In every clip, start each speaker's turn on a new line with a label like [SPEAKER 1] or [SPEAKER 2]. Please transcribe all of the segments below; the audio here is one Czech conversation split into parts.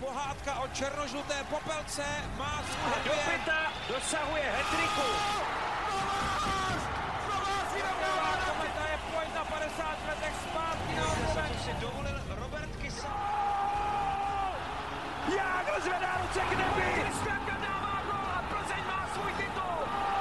[SPEAKER 1] Pohádka o černožluté popelce má svůj
[SPEAKER 2] do pěta dosahuje hat-tricku.
[SPEAKER 1] Kometa je pojď na 50 letech zpátky na obloven.
[SPEAKER 2] Si dovolil Robert Kysa.
[SPEAKER 1] Jágr zvedá ruce k nebi.
[SPEAKER 2] Kristianka dává gól a Plzeň má svůj titul.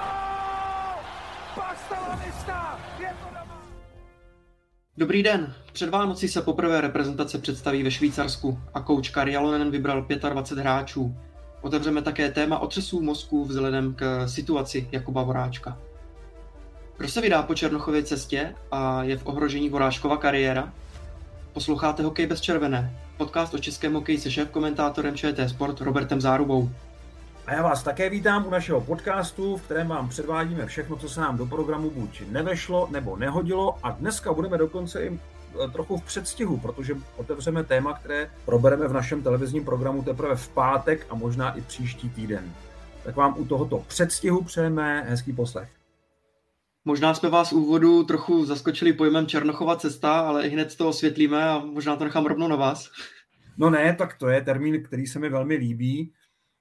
[SPEAKER 1] Pastalonista, je to doma.
[SPEAKER 3] Dobrý den. Před Vánoci se poprvé reprezentace představí ve Švýcarsku a kouč Kari Jalonen vybral 25 hráčů. Otevřeme také téma otřesů mozku vzhledem k situaci Jakuba Voráčka. Kdo se vydá po Černochově cestě a je v ohrožení Voráčkova kariéra? Posloucháte Hokej bez červené, podcast o českém hokeji se šéfkomentátorem ČT Sport Robertem Zárubou.
[SPEAKER 4] A já vás také vítám u našeho podcastu, v kterém vám předvádíme všechno, co se nám do programu buď nevešlo nebo nehodilo, a dneska budeme dokonce i trochu v předstihu, protože otevřeme téma, které probereme v našem televizním programu teprve v pátek a možná i příští týden. Tak vám u tohoto předstihu přejeme hezký poslech.
[SPEAKER 3] Možná jsme vás v úvodu trochu zaskočili pojmem Černochova cesta, ale i hned to osvětlíme a možná to nechám rovnou na vás.
[SPEAKER 4] No ne, tak to je termín, který se mi velmi líbí.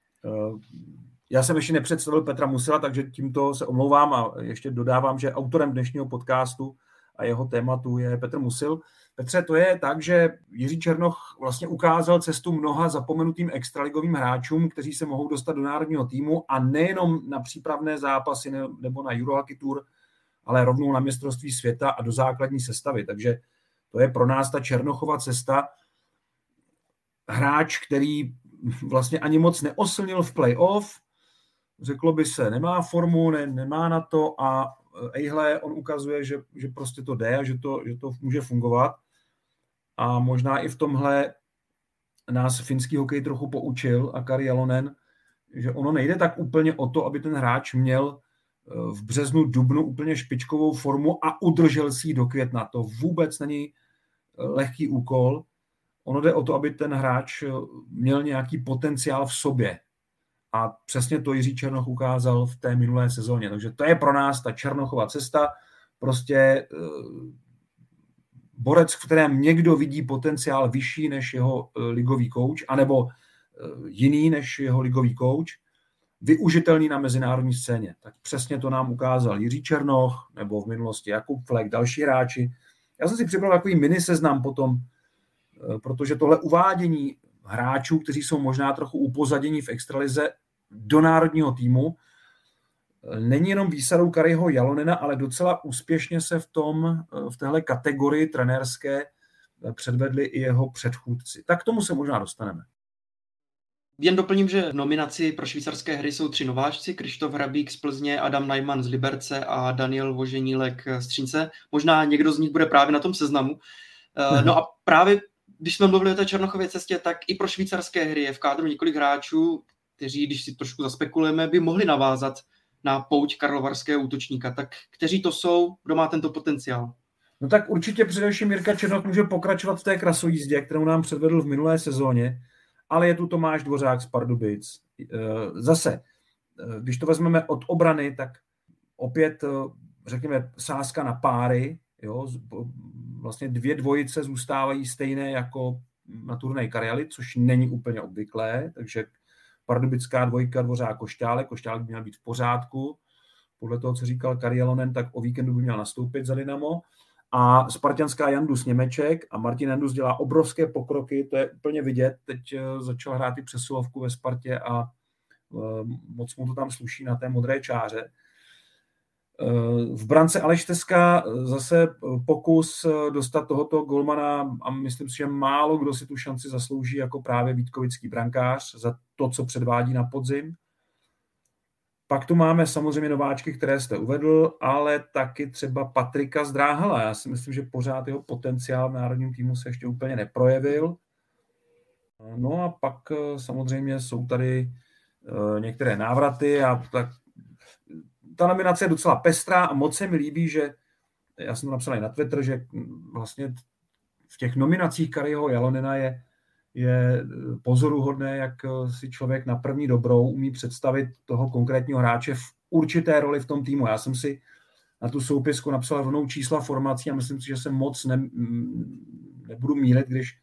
[SPEAKER 4] Já jsem ještě nepředstavil Petra Musila, takže tímto se omlouvám a ještě dodávám, že autorem dnešního podcastu a jeho tématu je Petr Musil. Petře, to je tak, že Jiří Černoch vlastně ukázal cestu mnoha zapomenutým extraligovým hráčům, kteří se mohou dostat do národního týmu a nejenom na přípravné zápasy nebo na Eurohockey Tour, ale rovnou na mistrovství světa a do základní sestavy. Takže to je pro nás ta Černochova cesta. Hráč, který vlastně ani moc neoslnil v playoff, řeklo by se, nemá formu, nemá na to a ejhle, on ukazuje, že prostě to jde a že to může fungovat. A možná i v tomhle nás finský hokej trochu poučil a Kari Jalonen, že ono nejde tak úplně o to, aby ten hráč měl v březnu, dubnu úplně špičkovou formu a udržel si ji do května. To vůbec není lehký úkol. Ono jde o to, aby ten hráč měl nějaký potenciál v sobě. A přesně to Jiří Černoch ukázal v té minulé sezóně. Takže to je pro nás ta Černochova cesta. Prostě borec, v kterém někdo vidí potenciál vyšší než jeho ligový kouč, anebo jiný než jeho ligový kouč, využitelný na mezinárodní scéně. Tak přesně to nám ukázal Jiří Černoch, nebo v minulosti Jakub Flek, další hráči. Já jsem si připravil takový mini seznam potom, protože tohle uvádění hráčů, kteří jsou možná trochu upozadění v extralize do národního týmu, není jenom výsadou Kariho Jalonena, ale docela úspěšně se v téhle kategorii trenérské předvedli i jeho předchůdci. Tak k tomu se možná dostaneme.
[SPEAKER 3] Jen doplním, že v nominaci pro švýcarské hry jsou 3 nováčci, Krištof Hrabík z Plzně, Adam Najman z Liberce a Daniel Voženílek z Třince. Možná někdo z nich bude právě na tom seznamu. No a právě když jsme mluvili o té Černochově cestě, tak i pro švýcarské hry je v kádru několik hráčů, kteří, když si trošku zaspekulujeme, by mohli navázat na pouť karlovarského útočníka. Tak kteří to jsou, kdo má tento potenciál?
[SPEAKER 4] No tak určitě především Jirka Černoch může pokračovat v té krasojízdě, kterou nám předvedl v minulé sezóně, ale je tu Tomáš Dvořák z Pardubic. Zase, když to vezmeme od obrany, tak opět, řekněme, sázka na páry, jo, vlastně 2 dvojice zůstávají stejné jako na turnaji Karjaly, což není úplně obvyklé, takže pardubická dvojka Dvořák Košťálek by měl být v pořádku, podle toho, co říkal Kari Jalonen, tak o víkendu by měl nastoupit za Dynamo, a spartanská Jandus Němeček, a Martin Jandus dělá obrovské pokroky, to je úplně vidět, teď začal hrát i přesilovku ve Spartě a moc mu to tam sluší na té modré čáře. V brance Aleš Teska zase pokus dostat tohoto golmana a myslím si, že málo kdo si tu šanci zaslouží jako právě vítkovický brankář za to, co předvádí na podzim. Pak tu máme samozřejmě nováčky, které jste uvedl, ale taky třeba Patrika Zdráhala. Já si myslím, že pořád jeho potenciál v národním týmu se ještě úplně neprojevil. No a pak samozřejmě jsou tady některé návraty a tak ta nominace je docela pestrá a moc se mi líbí, že já jsem to napsal i na Twitter, že vlastně v těch nominacích Kariho Jalonena je pozoruhodné, jak si člověk na první dobrou umí představit toho konkrétního hráče v určité roli v tom týmu. Já jsem si na tu soupisku napsal rovnou čísla formací a myslím si, že se moc nebudu mýlit, když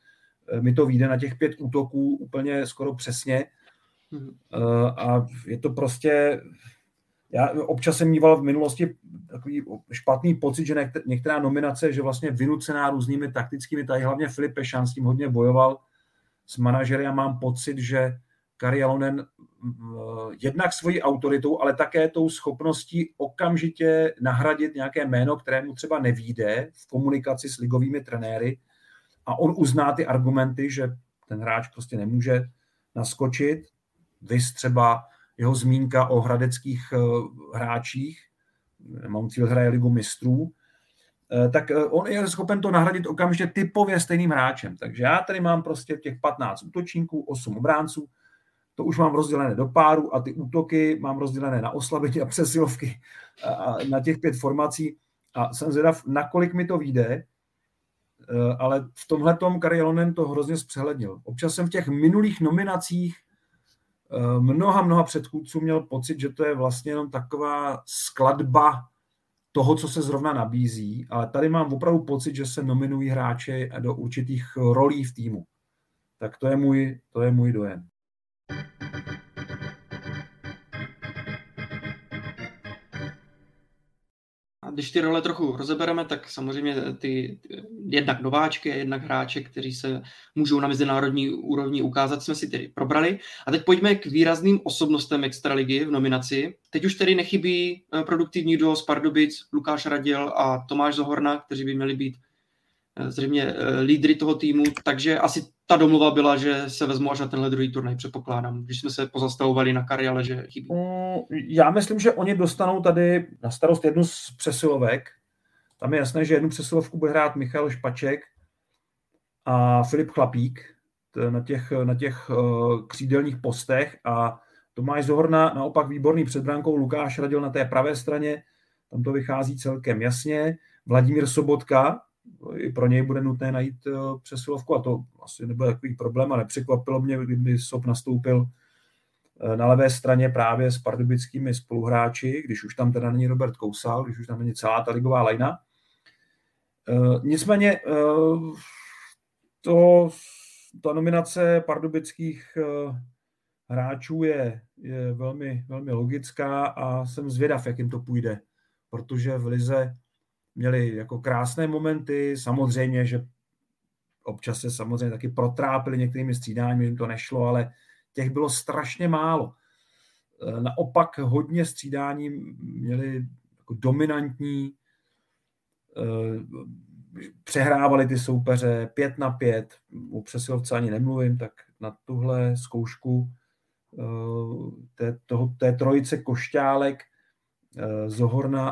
[SPEAKER 4] mi to vyjde na těch 5 útoků úplně skoro přesně. A je to prostě... Já občas jsem míval v minulosti takový špatný pocit, že některá nominace, že vlastně vynucená různými taktickými, tady hlavně Filip Pešan s tím hodně bojoval s manažery a mám pocit, že Kari Jalonen jednak svojí autoritou, ale také tou schopností okamžitě nahradit nějaké jméno, kterému třeba nevyjde v komunikaci s ligovými trenéry a on uzná ty argumenty, že ten hráč prostě nemůže naskočit. Vys třeba jeho zmínka o hradeckých hráčích, Mountfield hraje ligu mistrů, tak on je schopen to nahradit okamžitě typově stejným hráčem. Takže já tady mám prostě těch 15 útočníků, 8 obránců, to už mám rozdělené do páru a ty útoky mám rozdělené na oslabení a přesilovky a na těch 5 formací a jsem zvědav, nakolik mi to vyjde, ale v tomhletom Kari Jalonen to hrozně zpřehlednil. Občas jsem v těch minulých nominacích mnoha předchůdců měl pocit, že to je vlastně jenom taková skladba toho, co se zrovna nabízí, ale tady mám opravdu pocit, že se nominují hráči do určitých rolí v týmu. Tak to je můj dojem.
[SPEAKER 3] A když ty role trochu rozebereme, tak samozřejmě ty jednak nováčky a jednak hráče, kteří se můžou na mezinárodní úrovni ukázat, jsme si tedy probrali. A teď pojďme k výrazným osobnostem extraligy v nominaci. Teď už tedy nechybí produktivní duo z Pardubic, Lukáš Radil a Tomáš Zohorna, kteří by měli být zřejmě lídry toho týmu, takže asi ta domluva byla, že se vezmu až na tenhle druhý turnaj, předpokládám, když jsme se pozastavovali na Karjale, že chybí.
[SPEAKER 4] Já myslím, že oni dostanou tady na starost jednu z přesilovek. Tam je jasné, že jednu přesilovku bude hrát Michal Špaček a Filip Chlapík na těch křídelních postech a Tomáš Zohorna naopak výborný před brankou, Lukáš Radil na té pravé straně, tam to vychází celkem jasně. Vladimír Sobotka, i pro něj bude nutné najít přesilovku a to asi nebude takový problém a nepřekvapilo mě, kdyby Sob nastoupil na levé straně právě s pardubickými spoluhráči, když už tam teda není Robert Kousal, když už tam není celá ta ligová lajna. Nicméně ta nominace pardubických hráčů je velmi, velmi logická a jsem zvědav, jak jim to půjde, protože v lize měli jako krásné momenty, samozřejmě, že občas se samozřejmě taky protrápili některými střídáními, jim to nešlo, ale těch bylo strašně málo. Naopak hodně střídání měli jako dominantní, přehrávali ty soupeře 5-5, o přesilovce ani nemluvím, tak na tuhle zkoušku té trojice Košťálek, Zohorna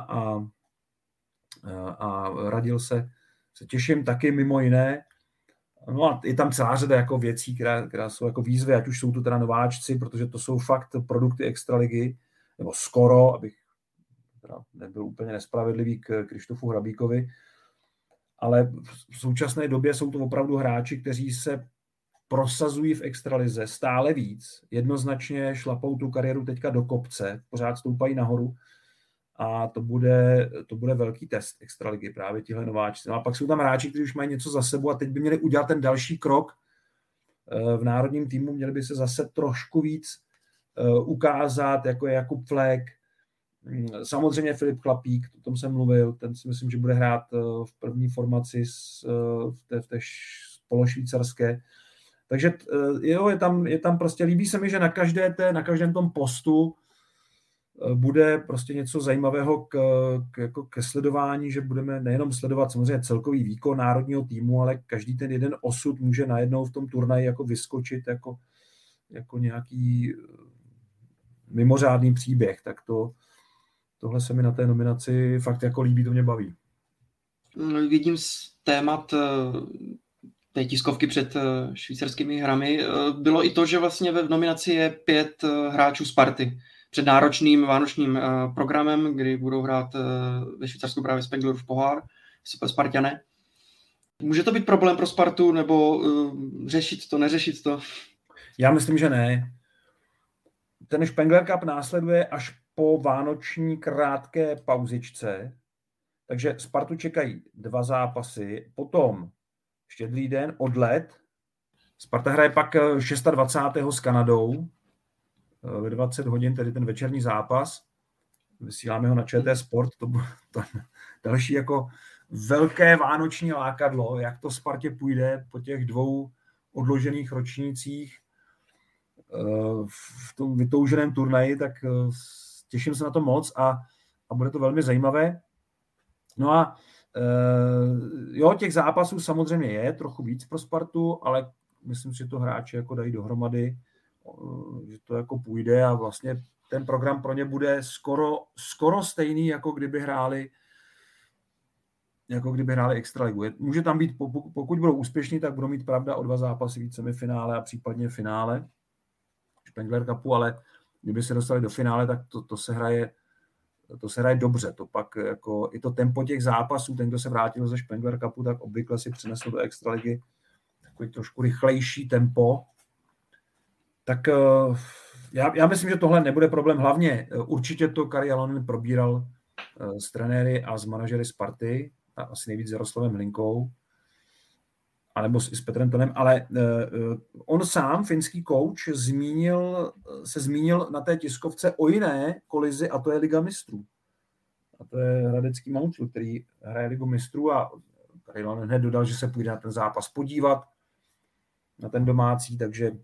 [SPEAKER 4] a Radil se těším taky mimo jiné. No a je tam celá řada jako věcí, která jsou jako výzvy, ať už jsou to teda nováčci, protože to jsou fakt produkty extraligy, nebo skoro, abych teda nebyl úplně nespravedlivý k Krištofu Hrabíkovi, ale v současné době jsou to opravdu hráči, kteří se prosazují v extralize stále víc, jednoznačně šlapou tu kariéru teďka do kopce, pořád stoupají nahoru, a to bude velký test extraligy, právě tihle nováčci. No a pak jsou tam hráči, kteří už mají něco za sebou a teď by měli udělat ten další krok v národním týmu, měli by se zase trošku víc ukázat, jako je Jakub Flek, samozřejmě Filip Chlapík, o tom jsem mluvil, ten si myslím, že bude hrát v první formaci v té pološvýcarské. Takže jo, je tam prostě, líbí se mi, že na každém tom postu bude prostě něco zajímavého ke sledování, že budeme nejenom sledovat samozřejmě celkový výkon národního týmu, ale každý ten jeden osud může najednou v tom turnaji jako vyskočit jako nějaký mimořádný příběh. Tak tohle se mi na té nominaci fakt jako líbí, to mě baví.
[SPEAKER 3] Vidím z témat té tiskovky před švýcarskými hrami bylo i to, že vlastně ve nominaci je 5 hráčů Sparty. Před náročným vánočním programem, kdy budou hrát ve Švýcarsku právě Spenglerův pohár, Spartané. Může to být problém pro Spartu, nebo řešit to, neřešit to?
[SPEAKER 4] Já myslím, že ne. Ten Spengler Cup následuje až po vánoční krátké pauzičce, takže Spartu čekají 2 zápasy, potom Štědrý den, odlet Sparta hraje pak 26. s Kanadou ve 20 hodin, tedy ten večerní zápas. Vysíláme ho na ČT Sport, to další jako velké vánoční lákadlo, jak to Spartě půjde po těch 2 odložených ročnících v tom vytouženém turnaji, tak těším se na to moc a bude to velmi zajímavé. No a jo, těch zápasů samozřejmě je trochu víc pro Spartu, ale myslím si, že to hráči jako dají dohromady, že to jako půjde a vlastně ten program pro ně bude skoro stejný, jako kdyby hráli extraligu. Může tam být, pokud budou úspěšní, tak budou mít pravda o 2 zápasy víc semifinále a případně finále Spengler Cupu, ale kdyby se dostali do finále, tak to se hraje dobře. To pak jako i to tempo těch zápasů, ten, kdo se vrátil ze Spengler Cupu, tak obvykle si přinesl do extraligy takový trošku rychlejší tempo. Tak já myslím, že tohle nebude problém. Hlavně určitě to Kari Jalonen probíral s trenéry a s manažery Sparty, a asi nejvíc s Jaroslavem Hlinkou, anebo i s Petrem Tonem, ale on sám, finský kouč, se zmínil na té tiskovce o jiné kolizi, a to je Liga mistrů. A to je hradecký Mountfield, který hraje Ligu mistrů, a Kari Jalonen hned dodal, že se půjde na ten zápas podívat, na ten domácí, takže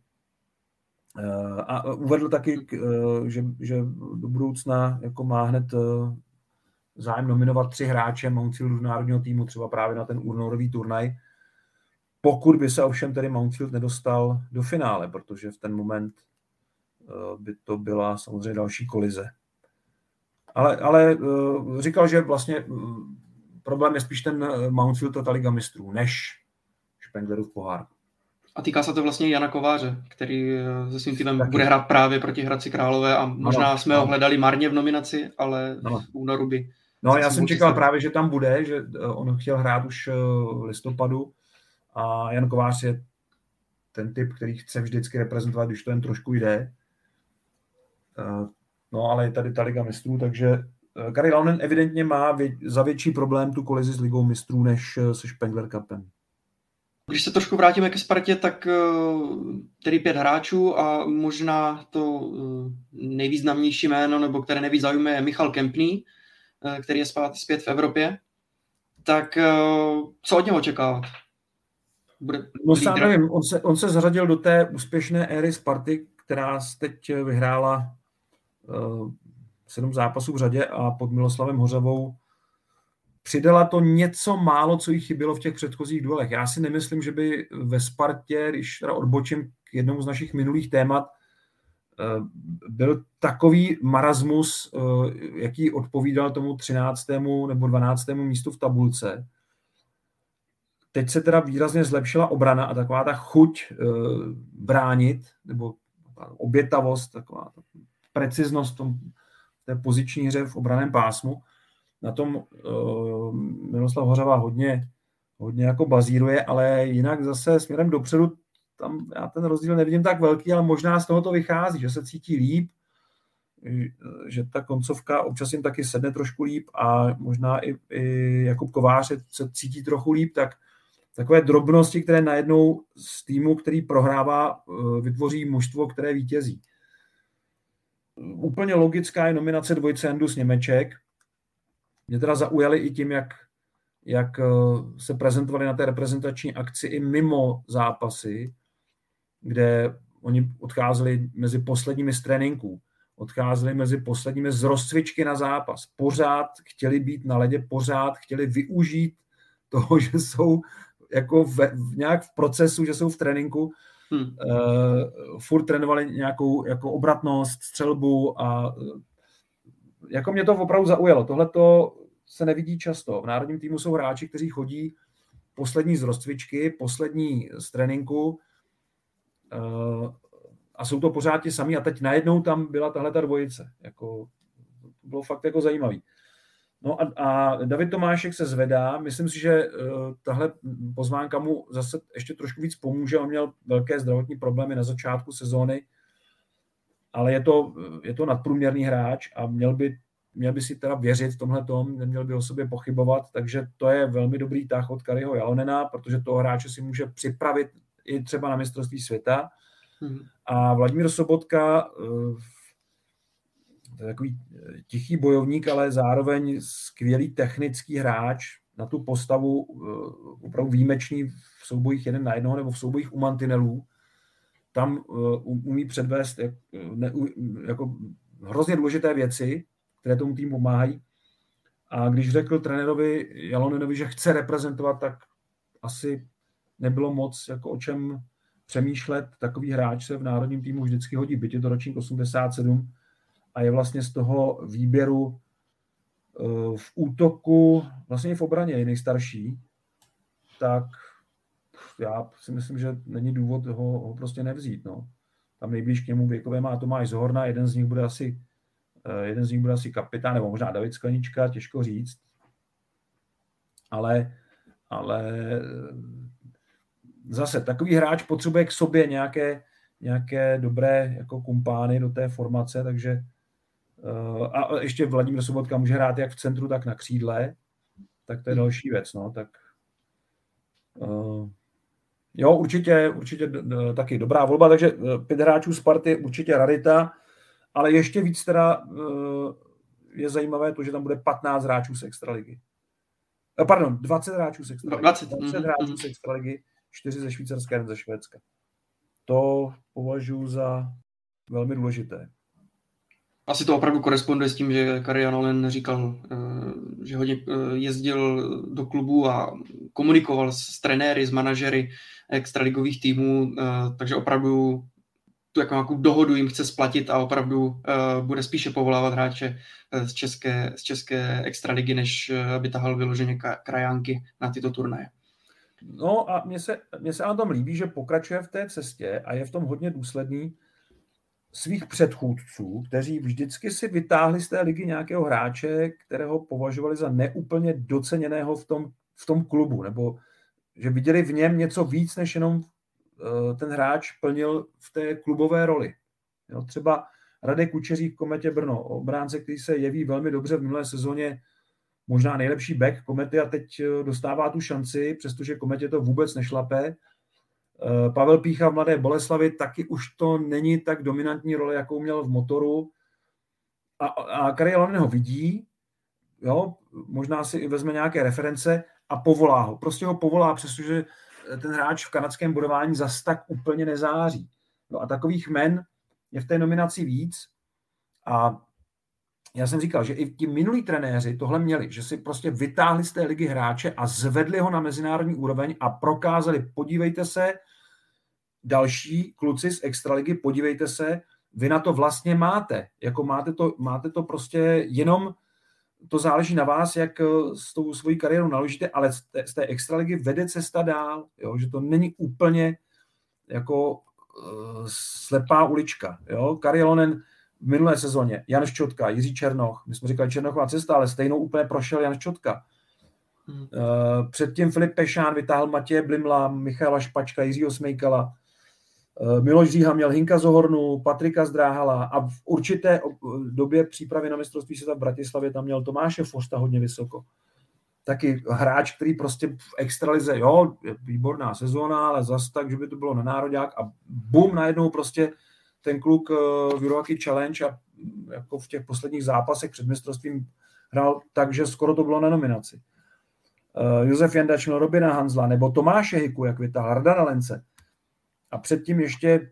[SPEAKER 4] a uvedl taky, že do budoucna jako má hned zájem nominovat 3 hráče Mountfieldu do národního týmu, třeba právě na ten únorový turnaj, pokud by se ovšem tedy Mountfield nedostal do finále, protože v ten moment by to byla samozřejmě další kolize. Ale říkal, že vlastně problém je spíš ten Mountfield a ta Liga mistrů, než Spenglerův pohár.
[SPEAKER 3] A týká se to vlastně Jana Kováře, který se svým týmem bude hrát právě proti Hradci Králové a možná jsme ho hledali marně v nominaci, ale v únoru by...
[SPEAKER 4] No, já jsem čekal právě, že tam bude, že on chtěl hrát už v listopadu a Jan Kovář je ten typ, který chce vždycky reprezentovat, když to jen trošku jde. No, ale je tady ta Liga mistrů, takže Kari Jalonen evidentně má za větší problém tu kolizi s Ligou mistrů než se Spengler Cupem.
[SPEAKER 3] Když se trošku vrátíme ke Spartě, tak tedy 5 hráčů a možná to nejvýznamnější jméno, nebo které nejvíc zaujme, je Michal Kempný, který je zpět v Evropě. Tak co od něho očekávat?
[SPEAKER 4] No sám nevím, on se zařadil do té úspěšné éry Sparty, která teď vyhrála 7 zápasů v řadě a pod Miloslavem Hořavou přidala to něco málo, co jí chybělo v těch předchozích duelech. Já si nemyslím, že by ve Spartě, když teda odbočím k jednomu z našich minulých témat, byl takový marasmus, jaký odpovídal tomu 13. nebo 12. místu v tabulce. Teď se teda výrazně zlepšila obrana a taková ta chuť bránit, nebo obětavost, taková ta preciznost v té poziční hře v obranném pásmu. Na tom Miroslav Hořava hodně jako bazíruje, ale jinak zase směrem dopředu, tam já ten rozdíl nevidím tak velký, ale možná z toho to vychází, že se cítí líp, že ta koncovka občas jim taky sedne trošku líp a možná i Jakub Kovář se cítí trochu líp, tak takové drobnosti, které najednou z týmu, který prohrává, vytvoří mužstvo, které vítězí. Úplně logická je nominace dvojice Endus Němeček. Mě teda zaujali i tím, jak se prezentovali na té reprezentační akci i mimo zápasy, kde oni odcházeli mezi posledními z tréninků, odcházeli mezi posledními z rozcvičky na zápas. Pořád chtěli být na ledě, pořád chtěli využít toho, že jsou jako nějak v procesu, že jsou v tréninku, furt trénovali nějakou jako obratnost, střelbu a jako mě to opravdu zaujalo. Tohleto se nevidí často. V národním týmu jsou hráči, kteří chodí poslední z rozcvičky, poslední z tréninku a jsou to pořád ti samí a teď najednou tam byla tahleta dvojice. Jako, to bylo fakt jako zajímavý. No a David Tomášek se zvedá. Myslím si, že tahle pozvánka mu zase ještě trošku víc pomůže. On měl velké zdravotní problémy na začátku sezóny, ale je to nadprůměrný hráč a měl by si teda věřit v tomhletom, neměl by o sobě pochybovat, takže to je velmi dobrý tah od Kariho Jalonena, protože toho hráče si může připravit i třeba na mistrovství světa. A Vladimír Sobotka, to je takový tichý bojovník, ale zároveň skvělý technický hráč, na tu postavu opravdu výjimečný v soubojích 1 na 1 nebo v soubojích u mantinelů. Tam umí předvést jako hrozně důležité věci, které tomu týmu pomáhají. A když řekl trenérovi Jalonenovi, že chce reprezentovat, tak asi nebylo moc jako o čem přemýšlet. Takový hráč se v národním týmu vždycky hodí, byť je to ročník 87 a je vlastně z toho výběru v útoku, vlastně i v obraně je nejstarší, tak já si myslím, že není důvod ho prostě nevzít. No. Tam nejblíž k němu věkově má Tomáš Zohorna, jeden z nich bude asi kapitán, nebo možná David Sklenička, těžko říct. Ale zase takový hráč potřebuje k sobě nějaké dobré jako kumpány do té formace, takže a ještě Vladimír Sobotka může hrát jak v centru, tak na křídle, tak to je další věc. No. Tak, jo, určitě taky dobrá volba, takže 5 hráčů Sparty, určitě rarita, ale ještě víc teda je zajímavé to, že tam bude 15 hráčů z extraligy. Pardon, 20 hráčů z extraligy. 20 hráčů z extraligy, 4 ze Švýcarska, 1 ze Švédska. To považuji za velmi důležité.
[SPEAKER 3] Asi to opravdu koresponduje s tím, že Kari Jalonen říkal, že hodně jezdil do klubu a komunikoval s trenéry, s manažery extraligových týmů, takže opravdu tu jako nějakou dohodu jim chce splatit a opravdu bude spíše povolávat hráče z české extraligy, než aby tahal vyloženě krajánky na tyto turnaje.
[SPEAKER 4] No a mně se na tom líbí, že pokračuje v té cestě a je v tom hodně důsledný svých předchůdců, kteří vždycky si vytáhli z té ligy nějakého hráče, kterého považovali za neúplně doceněného v tom klubu, nebo že viděli v něm něco víc, než jenom ten hráč plnil v té klubové roli. Jo, třeba Radek Kučeřík v Kometě Brno, obránce, který se jeví velmi dobře v minulé sezóně, možná nejlepší back Komety a teď dostává tu šanci, přestože Kometě to vůbec nešlape. Pavel Pícha v Mladé Boleslavi taky už to není tak dominantní role, jakou měl v Motoru. A Kari Jalonen ho vidí, jo, možná si i vezme nějaké reference a povolá ho. Prostě ho povolá, přestože ten hráč v kanadském bodování zas tak úplně nezáří. No a takových men je v té nominaci víc. A já jsem říkal, že i ti minulí trenéři tohle měli, že si prostě vytáhli z té ligy hráče a zvedli ho na mezinárodní úroveň a prokázali, podívejte se, další kluci z extraligy, podívejte se, vy na to vlastně máte. Jako máte to prostě jenom, to záleží na vás, jak s tou svojí kariérou naložíte, ale z té extraligy vede cesta dál, jo? Že to není úplně jako slepá ulička. Jo? Kari Jalonen v minulé sezóně, Jan Ščotka, Jiří Černoch, my jsme říkali Černochová cesta, ale stejnou úplně prošel Jan Ščotka. Předtím Filip Pešán vytáhl Matěje Blimla, Michala Špačka, Jiřího Smejkala, Miloš Říha měl Hinka Zohornu, Patrika Zdráhala a v určité době přípravy na mistrovství světa v Bratislavě tam měl Tomáše Fosta hodně vysoko. Taky hráč, který prostě v extralize, jo, je výborná sezóna, ale zas tak, že by to bylo na nároďák a bum, najednou prostě ten kluk v Eurohockey Challenge a jako v těch posledních zápasech před mistrovstvím hrál tak, že skoro to bylo na nominaci. Josef Jandač měl Robina Hanzla, nebo Tomáše Hiku, jak vytáhl, Hrdana Lence. A předtím ještě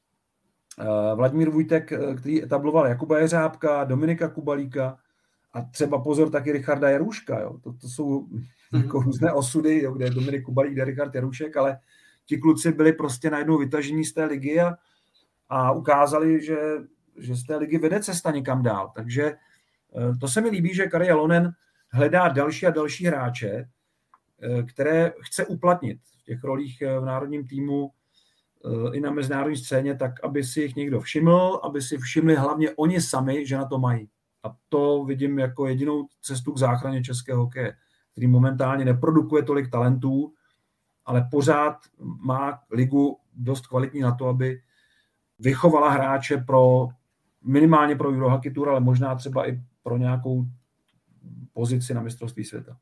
[SPEAKER 4] Vladimír Vujtek, který etabloval Jakuba Jeřábka, Dominika Kubalíka a třeba pozor taky Richarda Jarouška. Jo. To jsou jako různé osudy, jo, kde je Dominik Kubalík, kde je Richard Jaroušek, ale ti kluci byli prostě najednou vytažení z té ligy a ukázali, že z té ligy vede cesta někam dál. Takže to se mi líbí, že Kari Jalonen hledá další a další hráče, které chce uplatnit v těch rolích v národním týmu i na mezinárodní scéně, tak aby si jich někdo všiml, aby si všimli hlavně oni sami, že na to mají. A to vidím jako jedinou cestu k záchraně českého hokeje, který momentálně neprodukuje tolik talentů, ale pořád má ligu dost kvalitní na to, aby vychovala hráče minimálně pro Eurohockey Tour, ale možná třeba i pro nějakou pozici na mistrovství světa.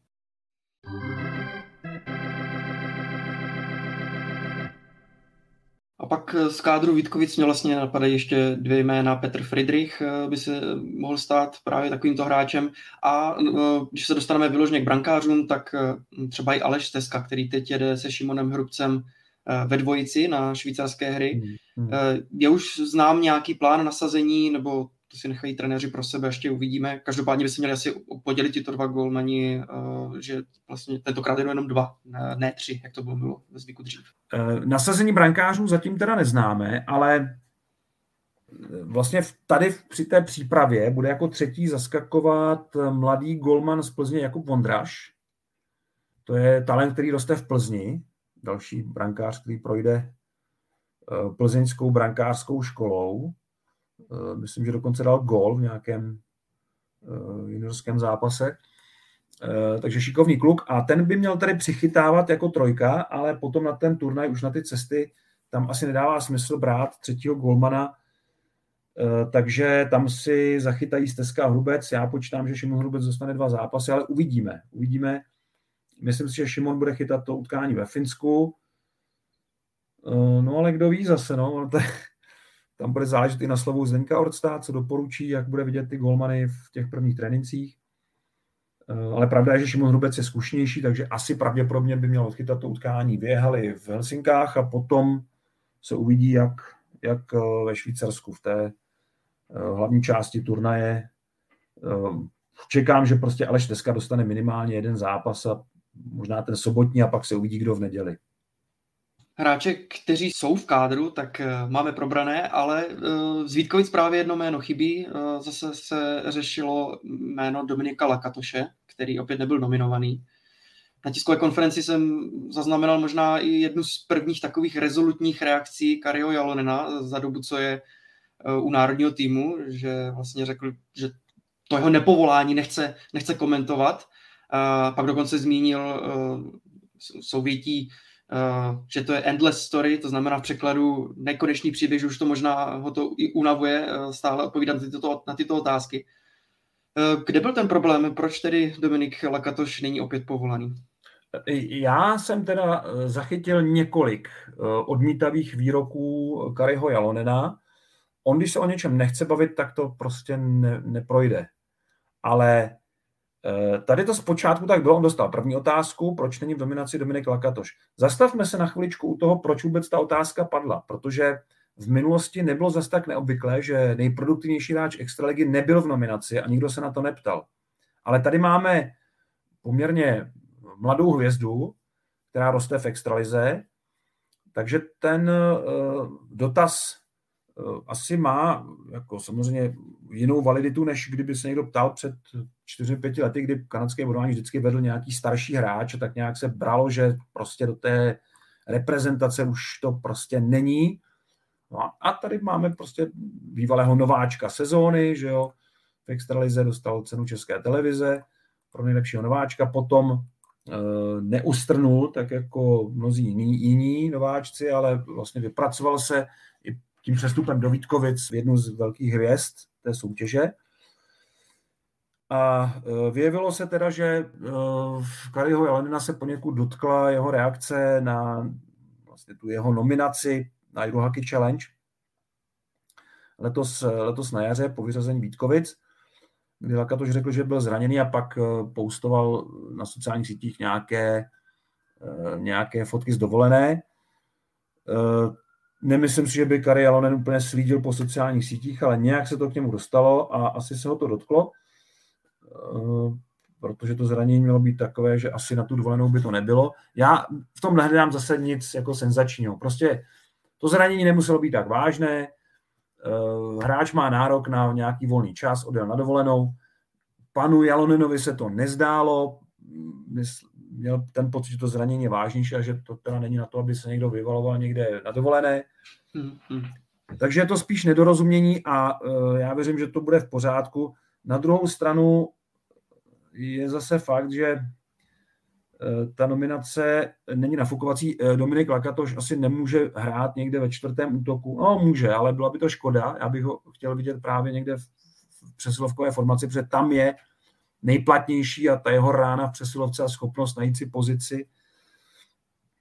[SPEAKER 3] pak z kádru Vítkovic mě vlastně napadají ještě 2 jména. Petr Friedrich by se mohl stát právě takovýmto hráčem. A když se dostaneme vyloženě k brankářům, tak třeba i Aleš Stezka, který teď jede se Šimonem Hrubcem ve dvojici na švýcarské hry. Je už znám nějaký plán nasazení, nebo to si nechají trenéři pro sebe, ještě uvidíme. Každopádně by se měli asi podělit tyto 2 golmani, že vlastně tentokrát jenom 2, ne 3, jak to bylo ve zvyku dřív.
[SPEAKER 4] Nasazení brankářů zatím teda neznáme, ale vlastně tady při té přípravě bude jako 3. zaskakovat mladý golman z Plzně Jakub Vondraš. To je talent, který roste v Plzni. Další brankář, který projde plzeňskou brankářskou školou. Myslím, že dokonce dal gól v nějakém juniorském zápase. Takže šikovný kluk. A ten by měl tady přichytávat jako 3, ale potom na ten turnaj, už na ty cesty, tam asi nedává smysl brát 3. golmana, takže tam si zachytají Stezka a Hrubec. Já počítám, že Šimon Hrubec dostane 2 zápasy, ale uvidíme. Myslím si, že Šimon bude chytat to utkání ve Finsku. No ale kdo ví zase, no. Tam bude záležet i na slovu Zdeňka Orcta, co doporučí, jak bude vidět ty golmany v těch prvních trénincích. Ale pravda je, že Šimon Hrubec je zkušenější, takže asi pravděpodobně by měl odchytat to utkání. Vyjehali v Helsinkách a potom se uvidí, jak ve Švýcarsku v té hlavní části turnaje. Čekám, že prostě Aleš Stezka dostane minimálně 1 zápas a možná ten sobotní a pak se uvidí, kdo v neděli.
[SPEAKER 3] Hráče, kteří jsou v kádru, tak máme probrané, ale z Vítkovic právě jedno jméno chybí. Zase se řešilo jméno Dominika Lakatoše, který opět nebyl nominovaný. Na tiskové konferenci jsem zaznamenal možná i jednu z prvních takových rezolutních reakcí Kariho Jalonena za dobu, co je u národního týmu, že vlastně řekl, že to jeho nepovolání nechce komentovat. Pak dokonce zmínil souvětí, že to je endless story, to znamená v překladu nekonečný příběh, že už to možná ho to i unavuje stále odpovídat na tyto otázky. Kde byl ten problém? Proč tedy Dominik Lakatoš není opět povolaný?
[SPEAKER 4] Já jsem teda zachytil několik odmítavých výroků Kariho Jalonena. On, když se o něčem nechce bavit, tak to prostě neprojde. Ale tady to zpočátku tak bylo, on dostal první otázku, proč není v nominaci Dominik Lakatoš. Zastavme se na chviličku u toho, proč vůbec ta otázka padla, protože v minulosti nebylo zas tak neobvyklé, že nejproduktivnější hráč extraligy nebyl v nominaci a nikdo se na to neptal. Ale tady máme poměrně mladou hvězdu, která roste v extralize, takže ten dotaz asi má jako samozřejmě jinou validitu, než kdyby se někdo ptal před 4-5 lety, kdy kanadské bodování vždycky vedl nějaký starší hráč a tak nějak se bralo, že prostě do té reprezentace už to prostě není. No a tady máme prostě bývalého nováčka sezóny, že jo, v extralize dostal cenu České televize pro nejlepšího nováčka, potom neustrnul, tak jako mnozí jiní nováčci, ale vlastně vypracoval se i tím přestupem do Vítkovic v jednu z velkých hvězd té soutěže. A vyjevilo se teda, že Kariho Jalonena se poněkud dotkla jeho reakce na vlastně tu jeho nominaci na Eurohockey Challenge letos na jaře po vyřazení Vítkovic, kdy Lakatoš řekl, že byl zraněný a pak postoval na sociálních sítích nějaké fotky z dovolené. Nemyslím si, že by Kari Jalonen úplně slídil po sociálních sítích, ale nějak se to k němu dostalo a asi se ho to dotklo, protože to zranění mělo být takové, že asi na tu dovolenou by to nebylo. Já v tom nehledám zase nic jako senzačního. Prostě to zranění nemuselo být tak vážné, hráč má nárok na nějaký volný čas, odjel na dovolenou. Panu Jalonenovi se to nezdálo, měl ten pocit, že to zranění je vážnější a že to teda není na to, aby se někdo vyvaloval někde na dovolené. Takže je to spíš nedorozumění a já věřím, že to bude v pořádku. Na druhou stranu je zase fakt, že ta nominace není nafukovací. Dominik Lakatoš asi nemůže hrát někde ve 4. útoku. No může, ale byla by to škoda. Já bych ho chtěl vidět právě někde v přesilovkové formaci, protože tam je nejplatnější a ta jeho rána v přesilovce a schopnost najít si pozici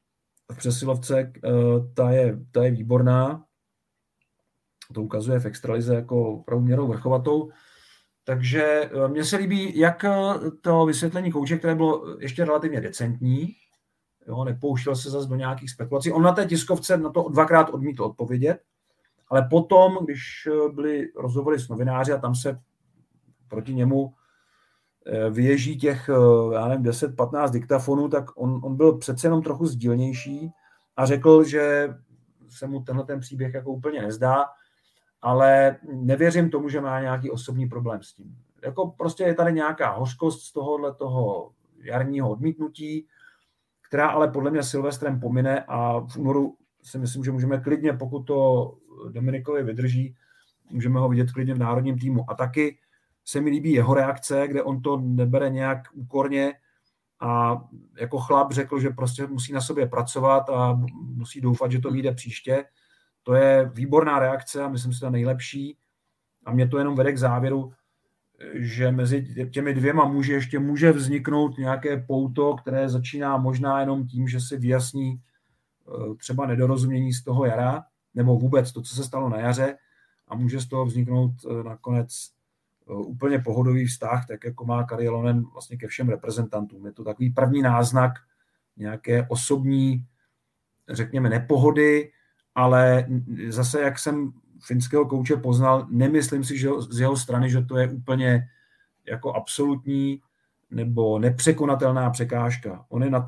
[SPEAKER 4] v přesilovce, ta je výborná. To ukazuje v extralize jako opravdu měrou vrchovatou. Takže mně se líbí, jak to vysvětlení kouče, které bylo ještě relativně decentní, jo, nepouštěl se zase do nějakých spekulací. On na té tiskovce na to 2krát odmítl odpovědět, ale potom, když byly rozhovory s novináři a tam se proti němu vyježí těch, já nevím, 10-15 diktafonů, tak on byl přece jenom trochu sdílnější a řekl, že se mu tenhle ten příběh jako úplně nezdá, ale nevěřím tomu, že má nějaký osobní problém s tím. Jako prostě je tady nějaká hořkost z toho jarního odmítnutí, která ale podle mě Silvestrem pomine a v únoru si myslím, že můžeme klidně, pokud to Dominikovi vydrží, můžeme ho vidět klidně v národním týmu. A taky se mi líbí jeho reakce, kde on to nebere nějak úkorně a jako chlap řekl, že prostě musí na sobě pracovat a musí doufat, že to vyjde příště. To je výborná reakce a myslím si to nejlepší. A mě to jenom vede k závěru, že mezi těmi dvěma muži ještě může vzniknout nějaké pouto, které začíná možná jenom tím, že si vyjasní třeba nedorozumění z toho jara, nebo vůbec to, co se stalo na jaře, a může z toho vzniknout nakonec úplně pohodový vztah, tak jako má Kari Jalonen vlastně ke všem reprezentantům. Je to takový první náznak nějaké osobní, řekněme, nepohody, ale zase, jak jsem finského kouče poznal, nemyslím si, že z jeho strany, že to je úplně jako absolutní nebo nepřekonatelná překážka. On je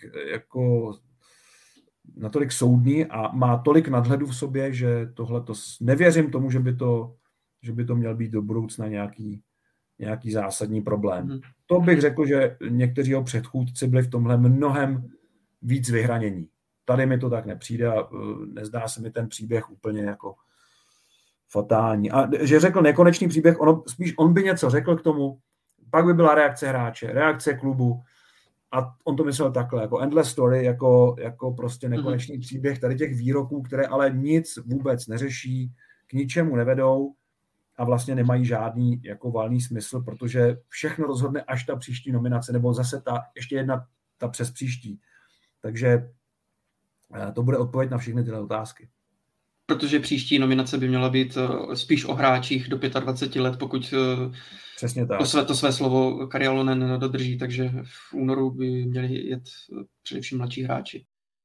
[SPEAKER 4] natolik soudný a má tolik nadhledu v sobě, že tohleto nevěřím tomu, že by to měl být do budoucna nějaký zásadní problém. To bych řekl, že někteří jeho předchůdci byli v tomhle mnohem víc vyhranění. Tady mi to tak nepřijde a nezdá se mi ten příběh úplně jako fatální. A že řekl nekonečný příběh, spíš on by něco řekl k tomu, pak by byla reakce hráče, reakce klubu a on to myslel takhle, jako endless story, jako prostě nekonečný příběh tady těch výroků, které ale nic vůbec neřeší, k ničemu nevedou a vlastně nemají žádný jako valný smysl, protože všechno rozhodne až ta příští nominace, nebo zase ještě jedna ta přes příští. Takže to bude odpověď na všechny tyhle otázky.
[SPEAKER 3] Protože příští nominace by měla být spíš o hráčích do 25 let, pokud
[SPEAKER 4] přesně tak.
[SPEAKER 3] To své slovo Kari Jalonen nedodrží, takže v únoru by měli jet především mladší hráči.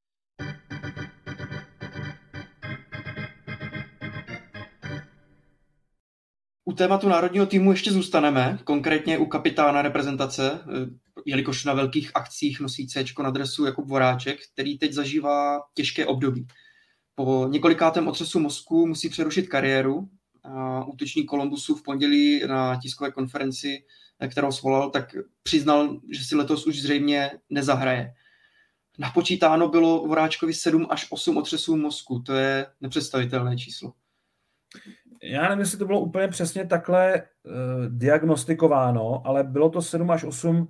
[SPEAKER 3] U tématu národního týmu ještě zůstaneme, konkrétně u kapitána reprezentace, jelikož na velkých akcích nosí C na dresu Jakub Voráček, který teď zažívá těžké období. Po několikátém otřesu mozku musí přerušit kariéru. Útočník Columbusu v pondělí na tiskové konferenci, kterou svolal, tak přiznal, že si letos už zřejmě nezahraje. Napočítáno bylo Voráčkovi 7 až 8 otřesů mozku. To je nepředstavitelné číslo.
[SPEAKER 4] Já nevím, jestli to bylo úplně přesně takhle diagnostikováno, ale bylo to 7 až 8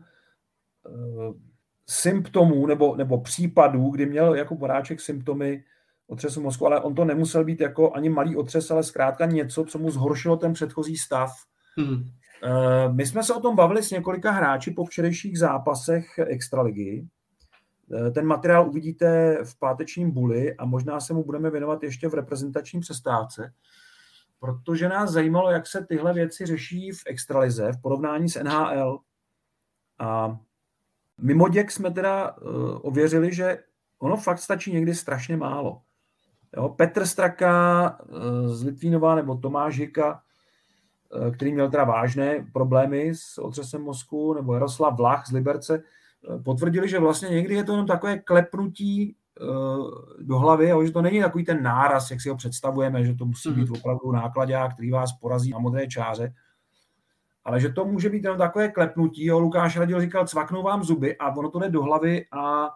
[SPEAKER 4] symptomů nebo případů, kdy měl Jakub Voráček symptomy otřesu mozku, ale on to nemusel být jako ani malý otřes, ale zkrátka něco, co mu zhoršilo ten předchozí stav. My jsme se o tom bavili s několika hráči po včerejších zápasech extraligy. Ten materiál uvidíte v pátečním Bulli a možná se mu budeme věnovat ještě v reprezentační přestávce, protože nás zajímalo, jak se tyhle věci řeší v extralize v porovnání s NHL. A mimoděk jsme teda ověřili, že ono fakt stačí někdy strašně málo. Jo, Petr Straka z Litvínova nebo Tomáš Hika, který měl teda vážné problémy s otřesem mozku, nebo Jaroslav Vlach z Liberce, potvrdili, že vlastně někdy je to jenom takové klepnutí do hlavy, že to není takový ten náraz, jak si ho představujeme, že to musí být opravdu nákladák, který vás porazí na modré čáře, ale že to může být jenom takové klepnutí. Lukáš Radil říkal, cvaknou vám zuby a ono to jde do hlavy a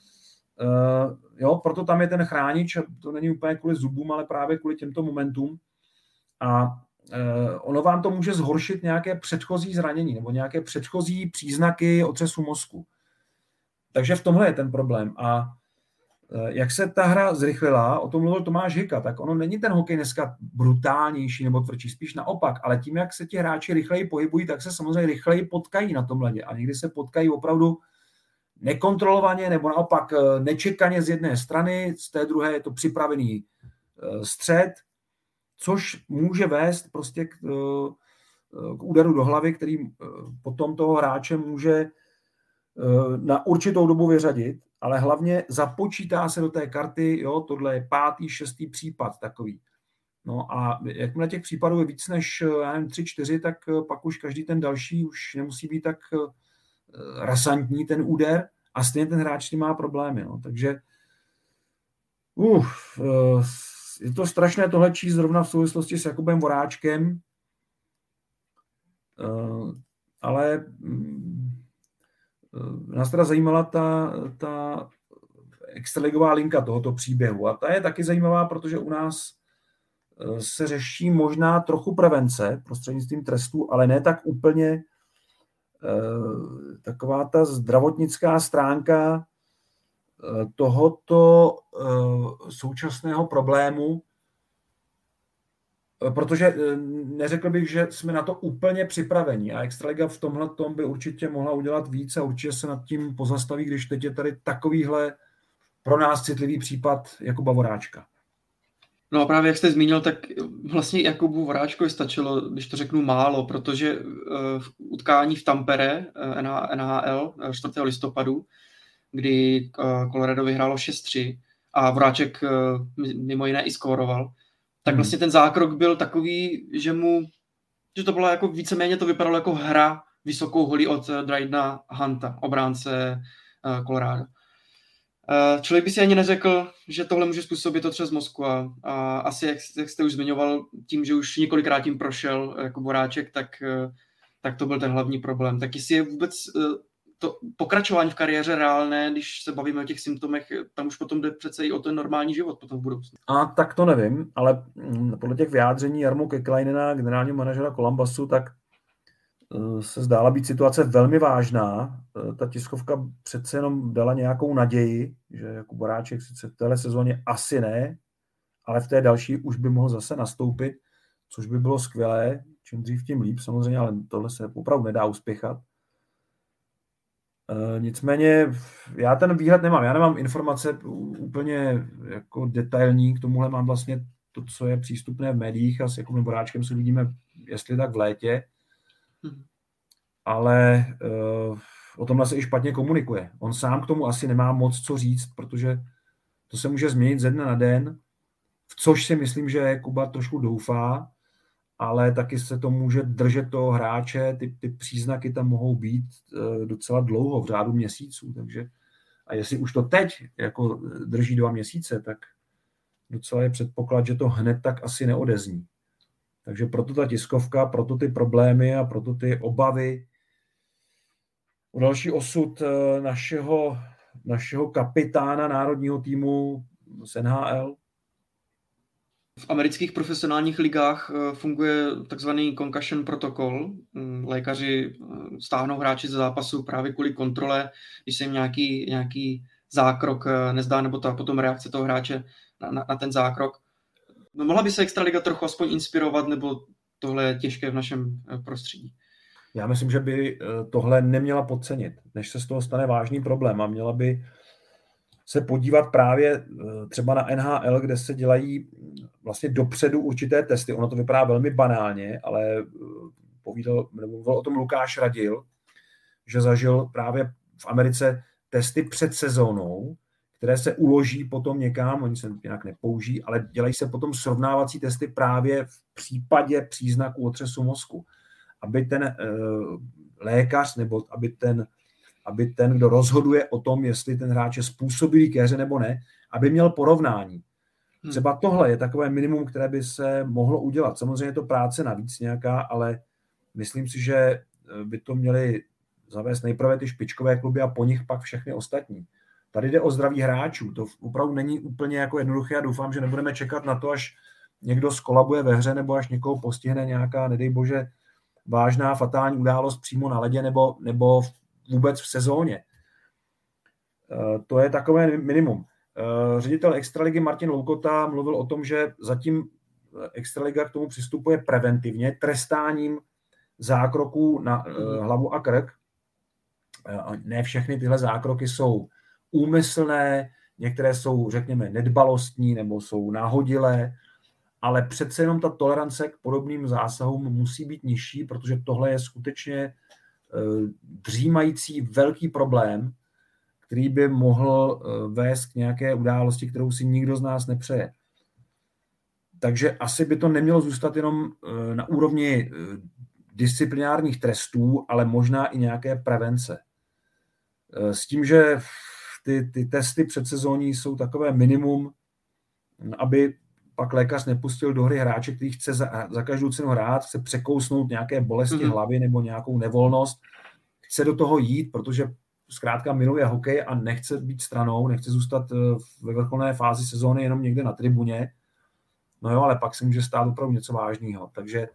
[SPEAKER 4] proto tam je ten chránič, to není úplně kvůli zubům, ale právě kvůli těmto momentům a ono vám to může zhoršit nějaké předchozí zranění nebo nějaké předchozí příznaky otřesu mozku. Takže v tomhle je ten problém. A jak se ta hra zrychlila, o tom mluvil Tomáš Hika, tak ono není ten hokej dneska brutálnější nebo tvrdší, spíš naopak, ale tím, jak se ti hráči rychleji pohybují, tak se samozřejmě rychleji potkají na tom ledě a někdy se potkají opravdu nekontrolovaně nebo naopak nečekaně z jedné strany, z té druhé je to připravený střed, což může vést prostě k úderu do hlavy, který potom toho hráče může na určitou dobu vyřadit, ale hlavně započítá se do té karty, jo, tohle je 5., 6. případ takový. No a jakmile těch případů je víc než, já nevím, 3-4, tak pak už každý ten další už nemusí být tak rasantní ten úder a stejně ten hráč s tím má problémy. No. Takže je to strašné tohle číst zrovna v souvislosti s Jakubem Voráčkem, ale nás teda zajímala ta extraligová linka tohoto příběhu a ta je taky zajímavá, protože u nás se řeší možná trochu prevence prostřednictvím trestů, ale ne tak úplně taková ta zdravotnická stránka tohoto současného problému, protože neřekl bych, že jsme na to úplně připraveni a Extraliga v tomhle tom by určitě mohla udělat víc a určitě se nad tím pozastaví, když teď je tady takovýhle pro nás citlivý případ Jakuba Voráčka.
[SPEAKER 3] No a právě jak jste zmínil, tak vlastně Jakubu Voráčkovi stačilo, když to řeknu málo, protože v utkání v Tampere NHL 4. listopadu, kdy Colorado vyhrálo 6-3 a Voráček mimo jiné i skóroval, tak vlastně ten zákrok byl takový, že to bylo jako víceméně to vypadalo jako hra vysokou holí od Drydena Hunta, obránce Colorado. Člověk by si ani neřekl, že tohle může způsobit otřes mozku a asi, jak jste už zmiňoval, tím, že už několikrát tím prošel jako Voráček, tak to byl ten hlavní problém. Tak jestli je vůbec to pokračování v kariéře reálné, když se bavíme o těch symptomech, tam už potom jde přece i o ten normální život potom v budoucnu.
[SPEAKER 4] A tak to nevím, ale podle těch vyjádření Jarmo Kekäläinena, generálního manažera Columbusu, tak se zdála být situace velmi vážná. Ta tiskovka přece jenom dala nějakou naději, že Jakub Voráček sice v téhle sezóně asi ne, ale v té další už by mohl zase nastoupit, což by bylo skvělé, čím dřív tím líp samozřejmě, ale tohle se opravdu nedá uspěchat. Nicméně já ten výhled nemám. Já nemám informace úplně jako detailní, k tomuhle mám vlastně to, co je přístupné v médiích a s Jakubem Voráčkem se vidíme, jestli tak v létě. Ale o tomhle se i špatně komunikuje. On sám k tomu asi nemá moc co říct, protože to se může změnit ze dne na den, v což si myslím, že Kuba trošku doufá, ale taky se to může držet toho hráče, ty příznaky tam mohou být docela dlouho, v řádu měsíců, takže a jestli už to teď jako drží 2 měsíce, tak docela je předpoklad, že to hned tak asi neodezní. Takže proto ta tiskovka, proto ty problémy a proto ty obavy o další osud našeho kapitána národního týmu z NHL.
[SPEAKER 3] V amerických profesionálních ligách funguje takzvaný concussion protokol. Lékaři stáhnou hráči ze zápasu právě kvůli kontrole, když se jim nějaký zákrok nezdá, nebo potom reakce toho hráče na ten zákrok. No, mohla by se Extraliga trochu aspoň inspirovat, nebo tohle je těžké v našem prostředí?
[SPEAKER 4] Já myslím, že by tohle neměla podcenit, než se z toho stane vážný problém a měla by se podívat právě třeba na NHL, kde se dělají vlastně dopředu určité testy. Ono to vypadá velmi banálně, ale mluvil o tom Lukáš Radil, že zažil právě v Americe testy před sezónou, které se uloží potom někam, oni se jinak nepoužijí, ale dělají se potom srovnávací testy právě v případě příznaků otřesu mozku, aby ten lékař nebo aby ten, kdo rozhoduje o tom, jestli ten hráč je způsobilý ke hře nebo ne, aby měl porovnání. Třeba tohle je takové minimum, které by se mohlo udělat. Samozřejmě je to práce navíc nějaká, ale myslím si, že by to měli zavést nejprve ty špičkové kluby a po nich pak všechny ostatní. Tady jde o zdraví hráčů. To opravdu není úplně jako jednoduché a doufám, že nebudeme čekat na to, až někdo skolabuje ve hře nebo až někoho postihne nějaká, nedej bože, vážná fatální událost přímo na ledě nebo vůbec v sezóně. To je takové minimum. Ředitel Extraligy Martin Loukota mluvil o tom, že zatím Extraliga k tomu přistupuje preventivně, trestáním zákroků na hlavu a krk. Ne všechny tyhle zákroky jsou úmyslné, některé jsou, řekněme, nedbalostní nebo jsou náhodilé, ale přece jenom ta tolerance k podobným zásahům musí být nižší, protože tohle je skutečně dřímající velký problém, který by mohl vést k nějaké události, kterou si nikdo z nás nepřeje. Takže asi by to nemělo zůstat jenom na úrovni disciplinárních trestů, ale možná i nějaké prevence. S tím, že ty testy předsezónní jsou takové minimum, aby pak lékař nepustil do hry hráče, který chce za každou cenu hrát, chce překousnout nějaké bolesti hlavy nebo nějakou nevolnost, chce do toho jít, protože zkrátka miluje hokej a nechce být stranou, nechce zůstat ve vrcholné fázi sezóny jenom někde na tribuně. No jo, ale pak se může stát opravdu něco vážného. Takže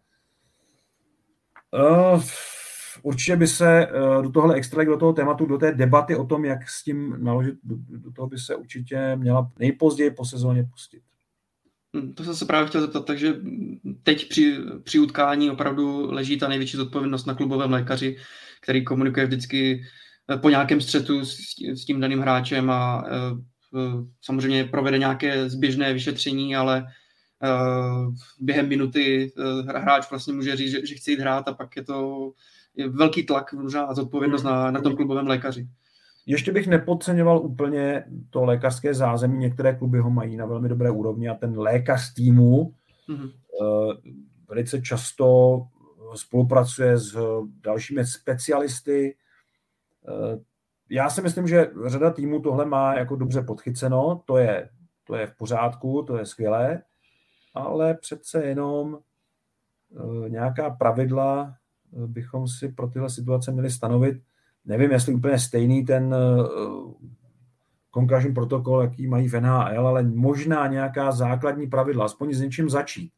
[SPEAKER 4] určitě by se do tohle extraligy, do toho tématu, do té debaty o tom, jak s tím naložit, do toho by se určitě měla nejpozději po sezóně pustit.
[SPEAKER 3] To jsem se právě chtěl zeptat, takže teď při utkání opravdu leží ta největší zodpovědnost na klubovém lékaři, který komunikuje vždycky po nějakém střetu s tím daným hráčem a samozřejmě provede nějaké zběžné vyšetření, ale během minuty hráč vlastně může říct, že chce jít hrát a pak je to velký tlak a zodpovědnost na tom klubovém lékaři.
[SPEAKER 4] Ještě bych nepodceňoval úplně to lékařské zázemí. Některé kluby ho mají na velmi dobré úrovni a ten lékař týmu velice často spolupracuje s dalšími specialisty. Já si myslím, že řada týmů tohle má jako dobře podchyceno. To je v pořádku, to je skvělé, ale přece jenom nějaká pravidla bychom si pro tyhle situace měli stanovit. Nevím, jestli úplně stejný ten concussion protokol, jaký mají v NHL, ale možná nějaká základní pravidla, aspoň s něčím začít.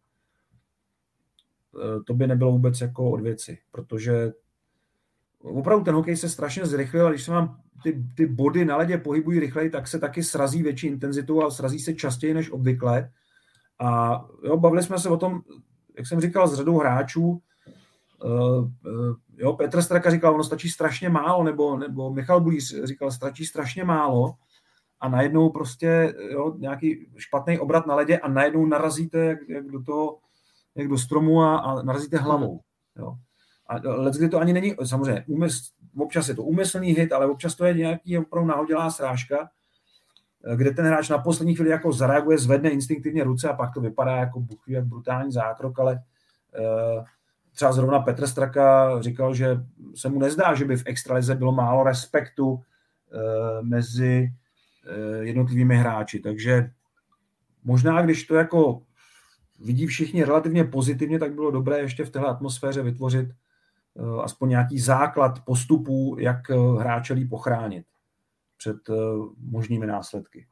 [SPEAKER 4] To by nebylo vůbec jako od věci, protože opravdu ten hokej se strašně zrychlil a když se vám ty body na ledě pohybují rychleji, tak se taky srazí větší intenzitu a srazí se častěji než obvykle. A jo, bavili jsme se o tom, jak jsem říkal, s řadou hráčů. Petr Straka říkal, ono stačí strašně málo, nebo Michal Bulíř říkal, stačí strašně málo a najednou prostě nějaký špatný obrat na ledě a najednou narazíte jak do stromu a narazíte hlavou. Jo. A leckdy to ani není, samozřejmě, občas je to úmyslný hit, ale občas to je nějaký opravdu náhodilá srážka, kde ten hráč na poslední chvíli jako zareaguje, zvedne instinktivně ruce a pak to vypadá jako brutální zákrok, ale třeba zrovna Petr Straka říkal, že se mu nezdá, že by v extralize bylo málo respektu mezi jednotlivými hráči. Takže možná, když to jako vidí všichni relativně pozitivně, tak bylo dobré ještě v téhle atmosféře vytvořit aspoň nějaký základ postupů, jak hráče líp ochránit před možnými následky.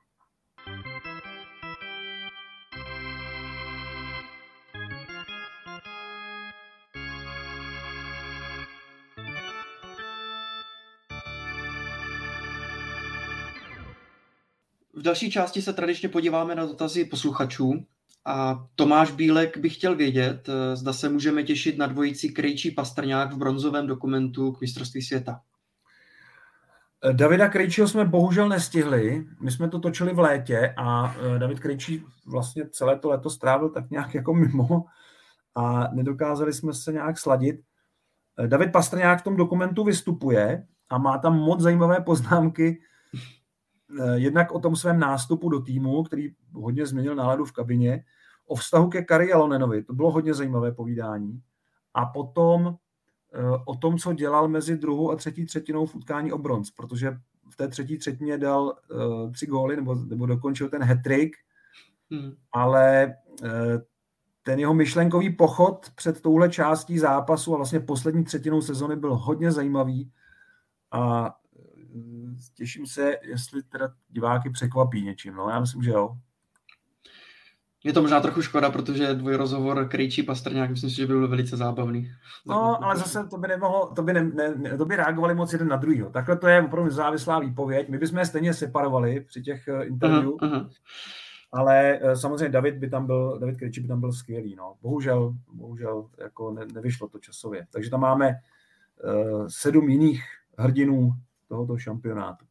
[SPEAKER 3] V další části se tradičně podíváme na dotazy posluchačů a Tomáš Bílek by chtěl vědět, zda se můžeme těšit na dvojici Krejčí-Pastrňák v bronzovém dokumentu k mistrovství světa.
[SPEAKER 4] Davida Krejčího jsme bohužel nestihli. My jsme to točili v létě a David Krejčí vlastně celé to léto strávil tak nějak jako mimo a nedokázali jsme se nějak sladit. David Pastrňák v tom dokumentu vystupuje a má tam moc zajímavé poznámky, jednak o tom svém nástupu do týmu, který hodně změnil náladu v kabině, o vztahu ke Kari Jalonenovi, to bylo hodně zajímavé povídání, a potom o tom, co dělal mezi druhou a třetí třetinou v utkání o bronz, protože v té třetí třetině dal 3 góly, nebo dokončil ten hat-trick, ale ten jeho myšlenkový pochod před touhle částí zápasu a vlastně poslední třetinou sezony byl hodně zajímavý a těším se, jestli teda diváky překvapí něčím. No, já myslím, že jo.
[SPEAKER 3] Je to možná trochu škoda, protože dvojrozhovor Krejčí-Pastrňák, myslím si, že by byl velice zábavný.
[SPEAKER 4] No, ale zase to by reagovali moc jeden na druhýho. Takhle to je opravdu závislá výpověď. My bychom je stejně separovali při těch interview, ale samozřejmě David Krejčí by tam byl skvělý. No. Bohužel jako nevyšlo to časově. Takže tam máme 7 jiných hrdinů tohoto šampionátu.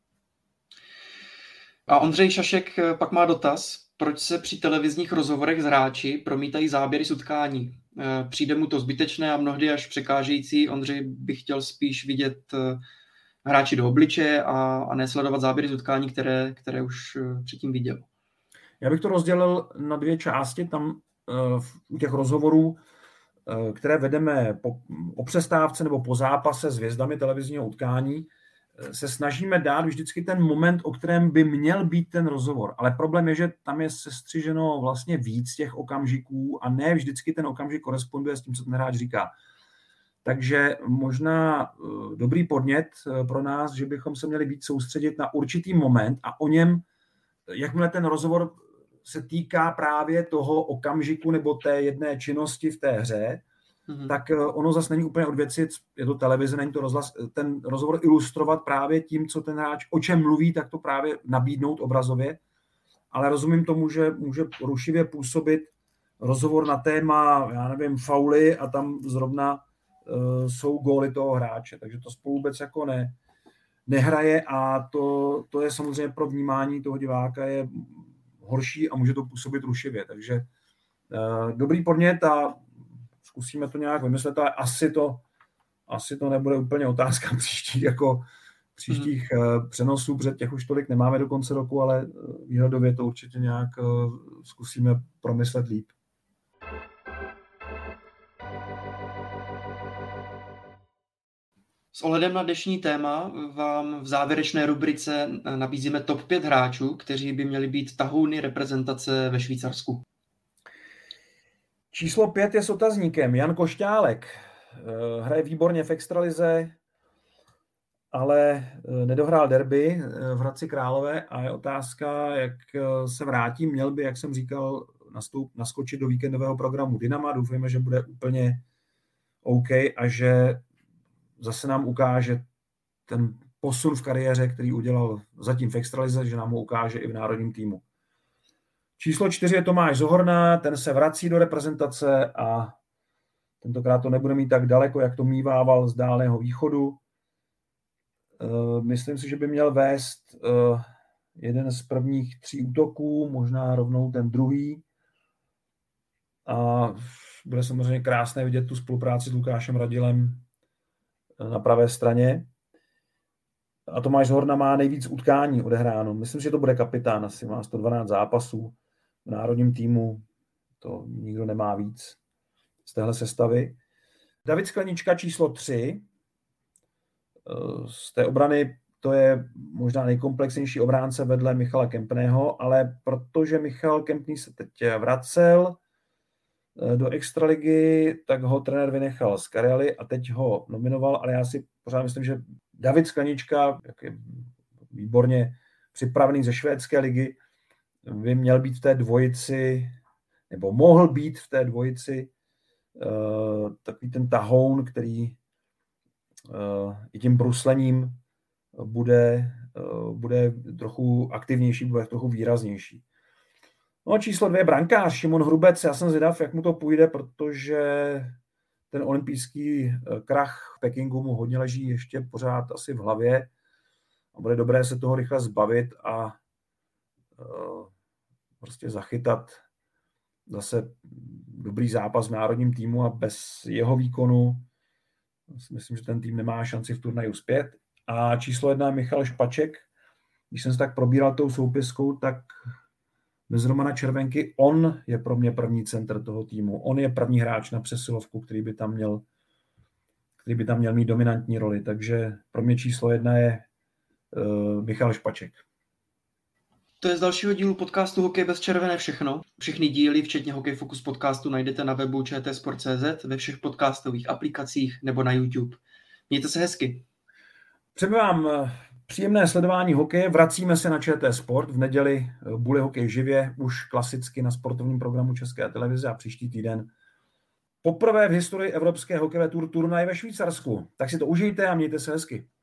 [SPEAKER 3] A Ondřej Šašek pak má dotaz, proč se při televizních rozhovorech s hráči promítají záběry z utkání. Přijde mu to zbytečné a mnohdy až překážející. Ondřej by chtěl spíš vidět hráči do obličeje a nesledovat záběry z utkání, které už předtím viděl.
[SPEAKER 4] Já bych to rozdělil na dvě části. Tam u těch rozhovorů, které vedeme o přestávce nebo po zápase s hvězdami televizního utkání, se snažíme dát vždycky ten moment, o kterém by měl být ten rozhovor. Ale problém je, že tam je sestřiženo vlastně víc těch okamžiků a ne vždycky ten okamžik koresponduje s tím, co ten hráč říká. Takže možná dobrý podnět pro nás, že bychom se měli víc soustředit na určitý moment a o něm, jakmile ten rozhovor se týká právě toho okamžiku nebo té jedné činnosti v té hře, tak ono zase není úplně od věci, je to televize, není to rozhlas, ten rozhovor ilustrovat právě tím, co ten hráč, o čem mluví, tak to právě nabídnout obrazově, ale rozumím tomu, že může rušivě působit rozhovor na téma, já nevím, fauly a tam zrovna jsou góly toho hráče, takže to spolu vůbec jako nehraje a to je samozřejmě pro vnímání toho diváka je horší a může to působit rušivě, takže dobrý podnět a zkusíme to nějak vymyslet, ale asi to nebude úplně otázka příštích přenosů, protože těch už tolik nemáme do konce roku, ale výhledově to určitě nějak zkusíme promyslet líp.
[SPEAKER 3] S ohledem na dnešní téma vám v závěrečné rubrice nabízíme top 5 hráčů, kteří by měli být tahouny reprezentace ve Švýcarsku.
[SPEAKER 4] Číslo 5 je s otazníkem. Jan Košťálek. Hraje výborně v extralize, ale nedohrál derby v Hradci Králové a je otázka, jak se vrátí. Měl by, jak jsem říkal, naskočit do víkendového programu Dynama. Doufujeme, že bude úplně OK a že zase nám ukáže ten posun v kariéře, který udělal zatím v extralize, že nám ho ukáže i v národním týmu. Číslo 4 je Tomáš Zohorna, ten se vrací do reprezentace a tentokrát to nebude mít tak daleko, jak to mívával z Dálného východu. Myslím si, že by měl vést jeden z prvních 3 útoků, možná rovnou ten druhý. A bude samozřejmě krásné vidět tu spolupráci s Lukášem Radilem na pravé straně. A Tomáš Zohorna má nejvíc utkání odehráno. Myslím, že to bude kapitán, asi má 112 zápasů v národním týmu. To nikdo nemá víc z téhle sestavy. David Sklenička číslo 3. Z té obrany to je možná nejkomplexnější obránce vedle Michala Kempného, ale protože Michal Kempný se teď vracel do extraligy, tak ho trenér vynechal z Karely a teď ho nominoval, ale já si pořád myslím, že David Sklenička, jak je výborně připravený ze švédské ligy, by měl být v té dvojici, nebo mohl být v té dvojici takový ten tahoun, který i tím bruslením bude trochu aktivnější, bude trochu výraznější. No, číslo 2 je brankář Šimon Hrubec. Já jsem zvědav, jak mu to půjde, protože ten olympijský krach v Pekingu mu hodně leží ještě pořád asi v hlavě a bude dobré se toho rychle zbavit a prostě zachytat zase dobrý zápas v národním týmu a bez jeho výkonu myslím, že ten tým nemá šanci v turnaji uspět. A číslo 1 je Michal Špaček. Když jsem se tak probíral tou soupiskou, tak bez Romana Červenky on je pro mě první centr toho týmu. On je první hráč na přesilovku, který by tam měl mít dominantní roli. Takže pro mě číslo 1 je Michal Špaček.
[SPEAKER 3] To je z dalšího dílu podcastu Hokej bez červené všechno. Všechny díly, včetně Hokej Focus podcastu, najdete na webu čtsport.cz, ve všech podcastových aplikacích nebo na YouTube. Mějte se hezky.
[SPEAKER 4] Přeji vám příjemné sledování hokeje. Vracíme se na ČT Sport. V neděli bude hokej živě, už klasicky na sportovním programu České televize a příští týden poprvé v historii Evropské hokejové turnaj ve Švýcarsku. Tak si to užijte a mějte se hezky.